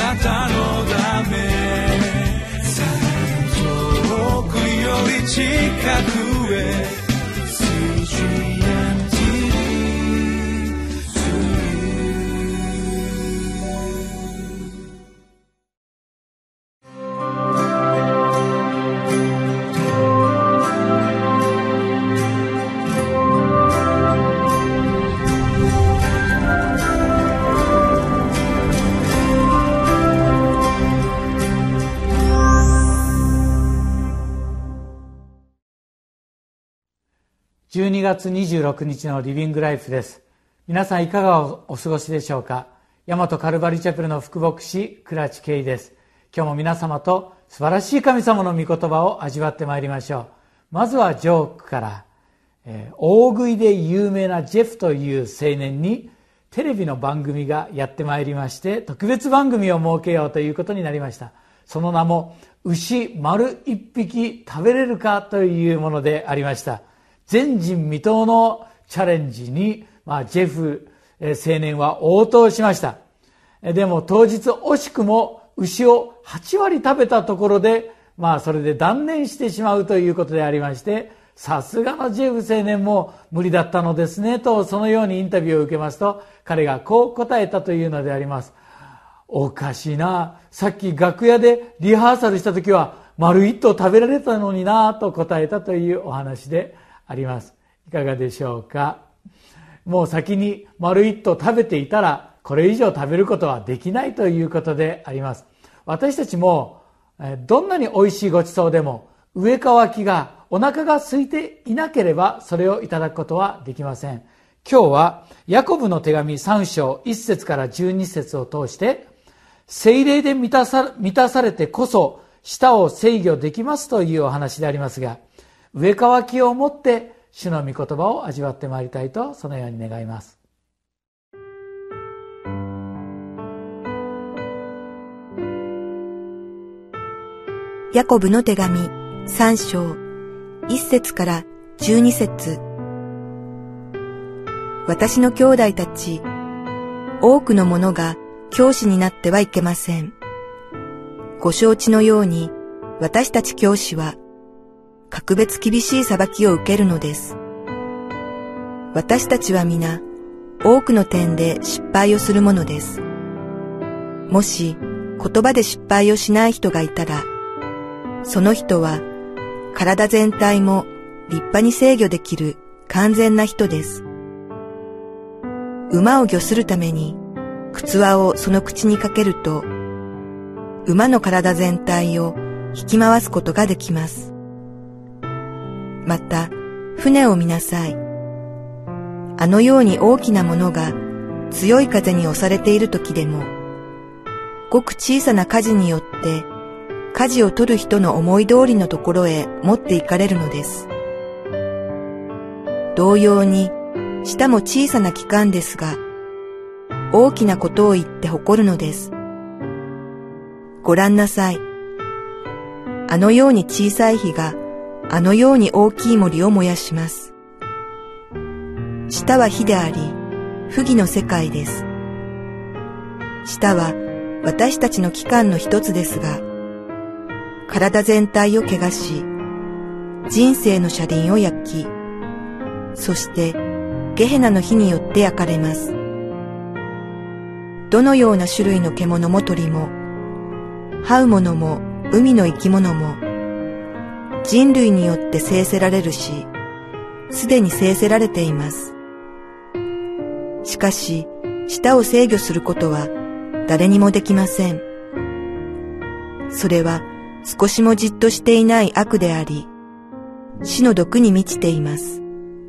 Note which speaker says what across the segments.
Speaker 1: なたのため遠くより近くへ
Speaker 2: 12月26日のリビングライフです。皆さんいかがお過ごしでしょうか。大和カルバリーチャペルの副牧師倉知圭です。今日も皆様と素晴らしい神様の御言葉を味わってまいりましょう。まずはジョークから、大食いで有名なジェフという青年にテレビの番組がやってまいりまして、特別番組を設けようということになりました。その名も牛丸一匹食べれるかというものでありました。前人未到のチャレンジに、ジェフ青年は応答しました。でも当日惜しくも牛を8割食べたところで、それで断念してしまうということでありまして、さすがのジェフ青年も無理だったのですねと、そのようにインタビューを受けますと、彼がこう答えたというのであります。おかしいな。さっき楽屋でリハーサルした時は丸一頭食べられたのになと答えたというお話であります。いかがでしょうか。もう先に丸一頭食べていたらこれ以上食べることはできないということであります。私たちもどんなに美味しいごちそうでも上乾きがお腹が空いていなければそれをいただくことはできません。今日はヤコブの手紙3章1節から12節を通して聖霊で満たされてこそ舌を制御できますというお話でありますが、上乾きをもって主の御言葉を味わってまいりたいと、そのように願います。
Speaker 3: ヤコブの手紙3章1節から12節。私の兄弟たち、多くの者が教師になってはいけません。ご承知のように、私たち教師は格別厳しい裁きを受けるのです。私たちは皆、多くの点で失敗をするものです。もし、言葉で失敗をしない人がいたら、その人は、体全体も立派に制御できる完全な人です。馬を御するために、靴輪をその口にかけると、馬の体全体を引き回すことができます。また、船を見なさい。あのように大きなものが強い風に押されている時でも、ごく小さな舵によって、舵を取る人の思い通りのところへ持って行かれるのです。同様に、舌も小さな器官ですが、大きなことを言って誇るのです。ご覧なさい。あのように小さい火が、あのように大きい森を燃やします。舌は火であり、不義の世界です。舌は私たちの器官の一つですが、体全体を汚し、人生の車輪を焼き、そしてゲヘナの火によって焼かれます。どのような種類の獣も鳥も、這うものも海の生き物も、人類によって制せられるし、すでに制せられています。しかし、舌を制御することは誰にもできません。それは少しもじっとしていない悪であり、死の毒に満ちています。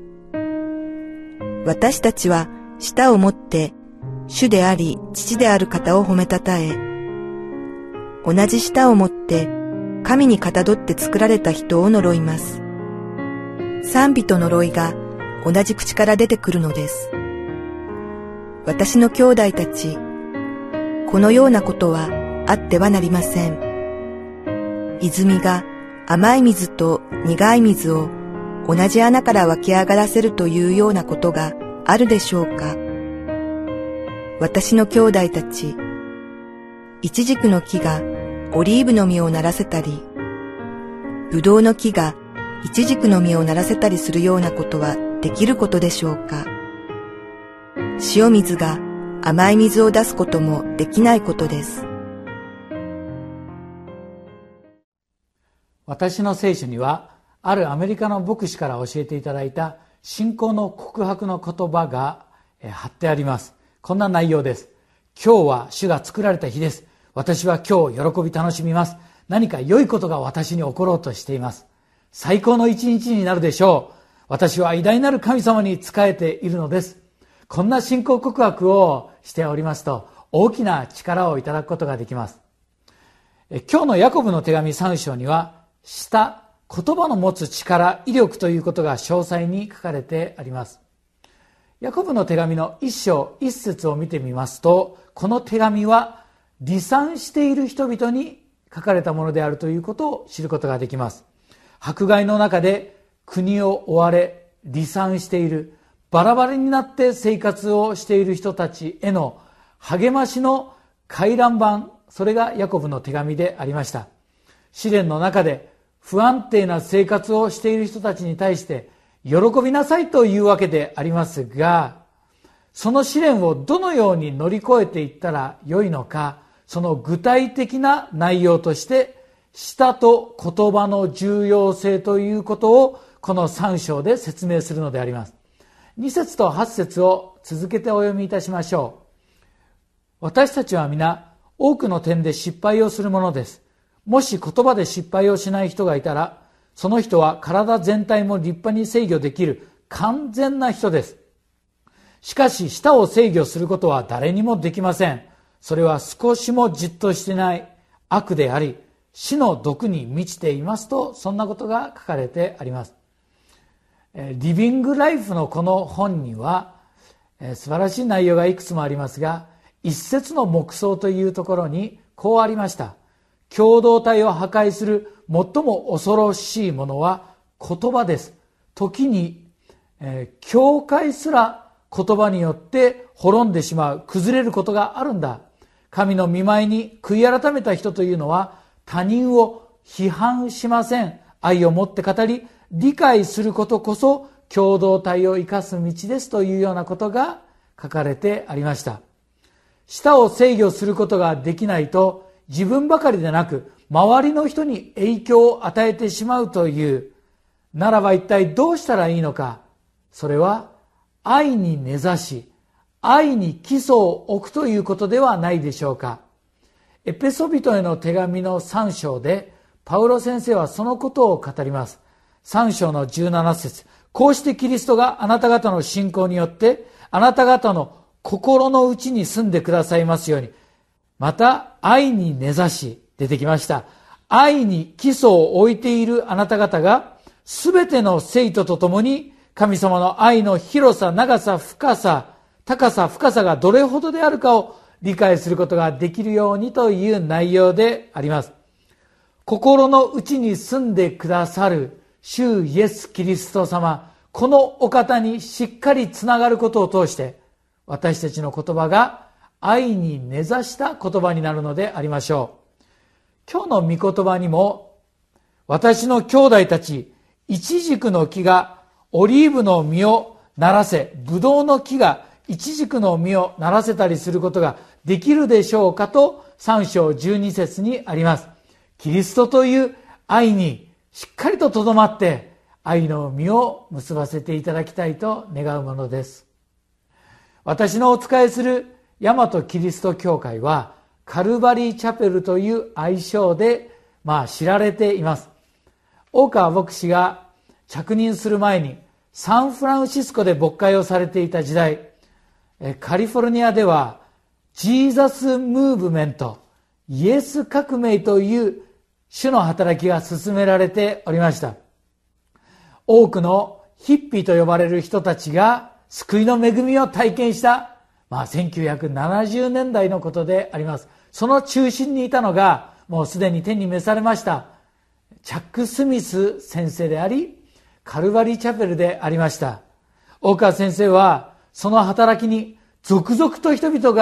Speaker 3: 私たちは舌をもって主であり父である方を褒めたたえ、同じ舌をもって神にかたどって作られた人を呪います。賛美と呪いが同じ口から出てくるのです。私の兄弟たち、このようなことはあってはなりません。泉が甘い水と苦い水を同じ穴から湧き上がらせるというようなことがあるでしょうか。私の兄弟たち、 イチジクの木がオリーブの実をならせたり、ブドウの木がイチジクの実をならせたりするようなことはできることでしょうか。塩水が甘い水を出すこともできないことです。
Speaker 2: 私の聖書には、あるアメリカの牧師から教えていただいた信仰の告白の言葉が貼ってあります。こんな内容です。今日は主が作られた日です。私は今日喜び楽しみます。何か良いことが私に起ころうとしています。最高の一日になるでしょう。私は偉大なる神様に仕えているのです。こんな信仰告白をしておりますと、大きな力をいただくことができます。今日のヤコブの手紙3章には、言葉の持つ力、威力ということが詳細に書かれてあります。ヤコブの手紙の1章1節を見てみますと、この手紙は離散している人々に書かれたものであるということを知ることができます。迫害の中で国を追われ離散している、バラバラになって生活をしている人たちへの励ましの回覧板、それがヤコブの手紙でありました。試練の中で不安定な生活をしている人たちに対して喜びなさいというわけでありますが、その試練をどのように乗り越えていったらよいのか、その具体的な内容として舌と言葉の重要性ということをこの3章で説明するのであります。2節と8節を続けてお読みいたしましょう。私たちは皆多くの点で失敗をするものです。もし言葉で失敗をしない人がいたら、その人は体全体も立派に制御できる完全な人です。しかし舌を制御することは誰にもできません。それは少しもじっとしてない悪であり、死の毒に満ちていますと、そんなことが書かれてあります。リビングライフのこの本には素晴らしい内容がいくつもありますが、一節の黙想というところにこうありました。共同体を破壊する最も恐ろしいものは言葉です。時に、教会すら言葉によって滅んでしまう、崩れることがあるんだ。神の御前に悔い改めた人というのは他人を批判しません。愛を持って語り、理解することこそ共同体を生かす道ですというようなことが書かれてありました。舌を制御することができないと、自分ばかりでなく周りの人に影響を与えてしまうという、ならば一体どうしたらいいのか。それは愛に根ざし、愛に基礎を置くということではないでしょうか。エペソビトへの手紙の3章でパウロ先生はそのことを語ります。3章の17節、こうしてキリストがあなた方の信仰によってあなた方の心の内に住んでくださいますように。また愛に根ざし、出てきました。愛に基礎を置いているあなた方がすべての生徒とともに神様の愛の広さ、長さ、深さ、高さ、深さがどれほどであるかを理解することができるようにという内容であります。心の内に住んでくださる主イエス・キリスト様、このお方にしっかりつながることを通して私たちの言葉が愛に根ざした言葉になるのでありましょう。今日の御言葉にも、私の兄弟たち、イチジクの木がオリーブの実をならせ、ブドウの木がイチジクの実をならせたりすることができるでしょうかと3章12節にあります。キリストという愛にしっかりととどまって愛の実を結ばせていただきたいと願うものです。私のお仕えする大和キリスト教会はカルバリーチャペルという愛称で知られています。大川牧師が着任する前にサンフランシスコで牧会をされていた時代、カリフォルニアではジーザスムーブメント、イエス革命という主の働きが進められておりました。多くのヒッピーと呼ばれる人たちが救いの恵みを体験した1970年代のことであります。その中心にいたのがもうすでに天に召されましたチャック・スミス先生であり、カルバリーチャペルでありました。大川先生はその働きに続々と人々が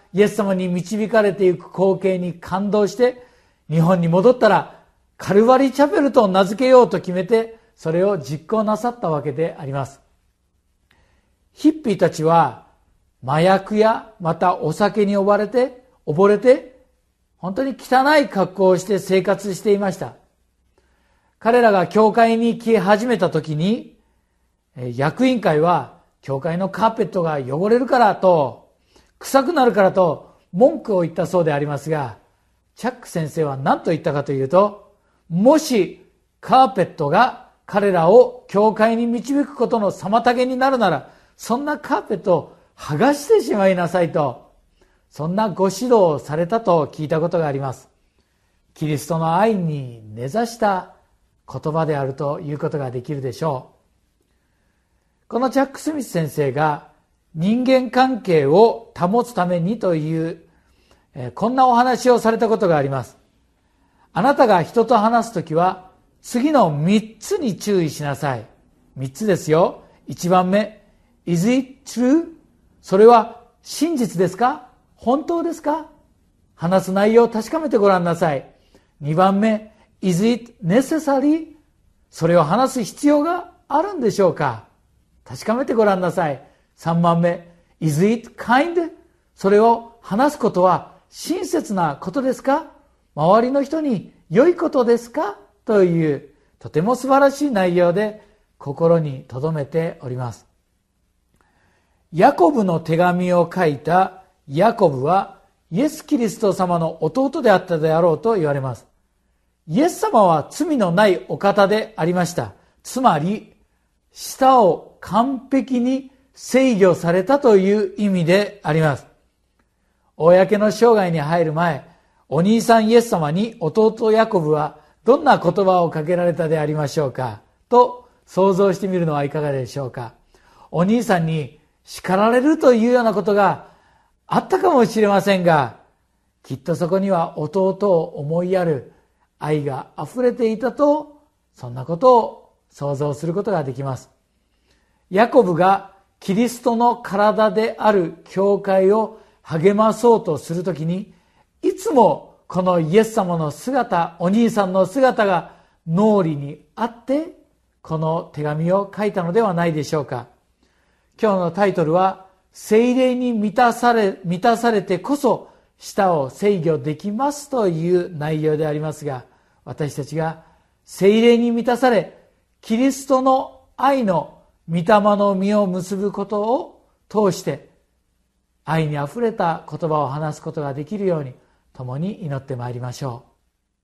Speaker 2: イエス様に導かれていく光景に感動して、日本に戻ったらカルバリーチャペルと名付けようと決めて、それを実行なさったわけであります。ヒッピーたちは麻薬やまたお酒に溺れて本当に汚い格好をして生活していました。彼らが教会に来始めた時に、役員会は教会のカーペットが汚れるからと、臭くなるからと文句を言ったそうでありますが、チャック先生は何と言ったかというと、もしカーペットが彼らを教会に導くことの妨げになるなら、そんなカーペットを剥がしてしまいなさいと、そんなご指導をされたと聞いたことがあります。キリストの愛に根ざした言葉であるということができるでしょう。このチャック・スミス先生が人間関係を保つためにという、こんなお話をされたことがあります。あなたが人と話すときは次の3つに注意しなさい。3つですよ。1番目、Is it true? それは真実ですか？本当ですか？話す内容を確かめてごらんなさい。2番目、Is it necessary? それを話す必要があるんでしょうか？確かめてごらんなさい。3番目、Is it kind? それを話すことは親切なことですか？周りの人に良いことですか？というとても素晴らしい内容で心に留めております。ヤコブの手紙を書いたヤコブはイエス・キリスト様の弟であったであろうと言われます。イエス様は罪のないお方でありました。つまり舌を完璧に制御されたという意味であります。公の生涯に入る前、お兄さんイエス様に弟ヤコブはどんな言葉をかけられたでありましょうかと想像してみるのはいかがでしょうか。お兄さんに叱られるというようなことがあったかもしれませんが、きっとそこには弟を思いやる愛があふれていたと、そんなことを想像することができます。ヤコブがキリストの体である教会を励まそうとするときに、いつもこのイエス様の姿、お兄さんの姿が脳裏にあって、この手紙を書いたのではないでしょうか。今日のタイトルは、聖霊に満たされてこそ舌を制御できますという内容でありますが、私たちが聖霊に満たされ、キリストの愛の御霊の実を結ぶことを通して愛にあふれた言葉を話すことができるように共に祈ってまいりましょう。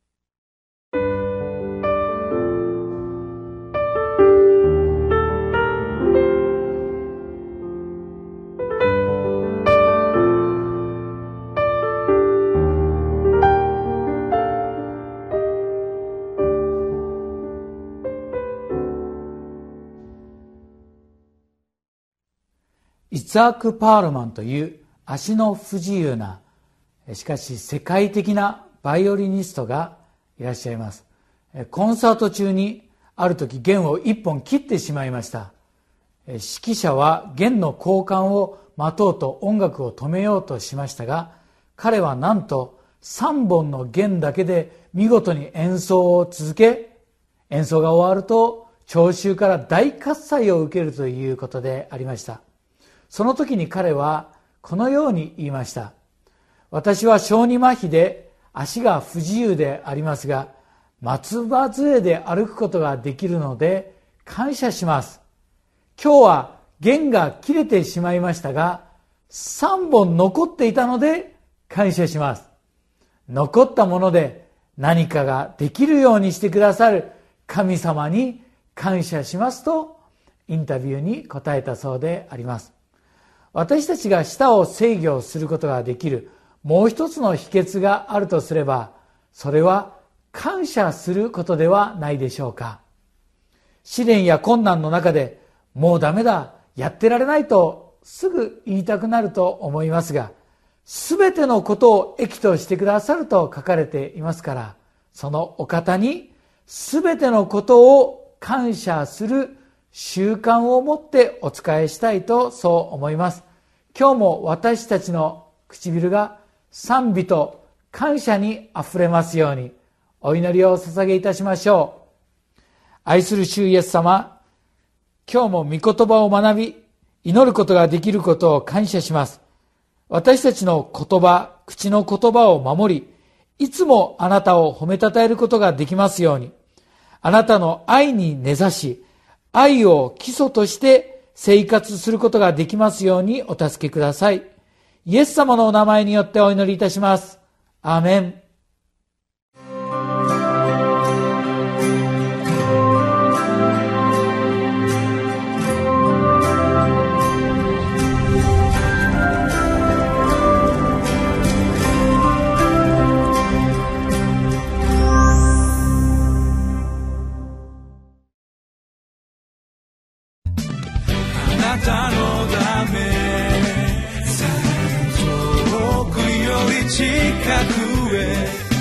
Speaker 2: イザーク・パールマンという足の不自由な、しかし世界的なバイオリニストがいらっしゃいます。コンサート中にある時弦を一本切ってしまいました。指揮者は弦の交換を待とうと音楽を止めようとしましたが、彼はなんと3本の弦だけで見事に演奏を続け、演奏が終わると聴衆から大喝采を受けるということでありました。その時に彼はこのように言いました。私は小児麻痺で足が不自由でありますが、松葉杖で歩くことができるので感謝します。今日は弦が切れてしまいましたが、3本残っていたので感謝します。残ったもので何かができるようにしてくださる神様に感謝しますとインタビューに答えたそうであります。私たちが舌を制御することができるもう一つの秘訣があるとすれば、それは感謝することではないでしょうか。試練や困難の中でもうダメだ、やってられないとすぐ言いたくなると思いますが、すべてのことを益としてくださると書かれていますから、そのお方にすべてのことを感謝する習慣を持ってお仕えしたいとそう思います。今日も私たちの唇が賛美と感謝にあふれますように、お祈りを捧げいたしましょう。愛する主イエス様、今日も御言葉を学び、祈ることができることを感謝します。私たちの言葉、口の言葉を守り、いつもあなたを褒めたたえることができますように、あなたの愛に根ざし、愛を基礎として生活することができますようにお助けください。イエス様のお名前によってお祈りいたします。アーメン。
Speaker 1: あなたのため遠くより近くへ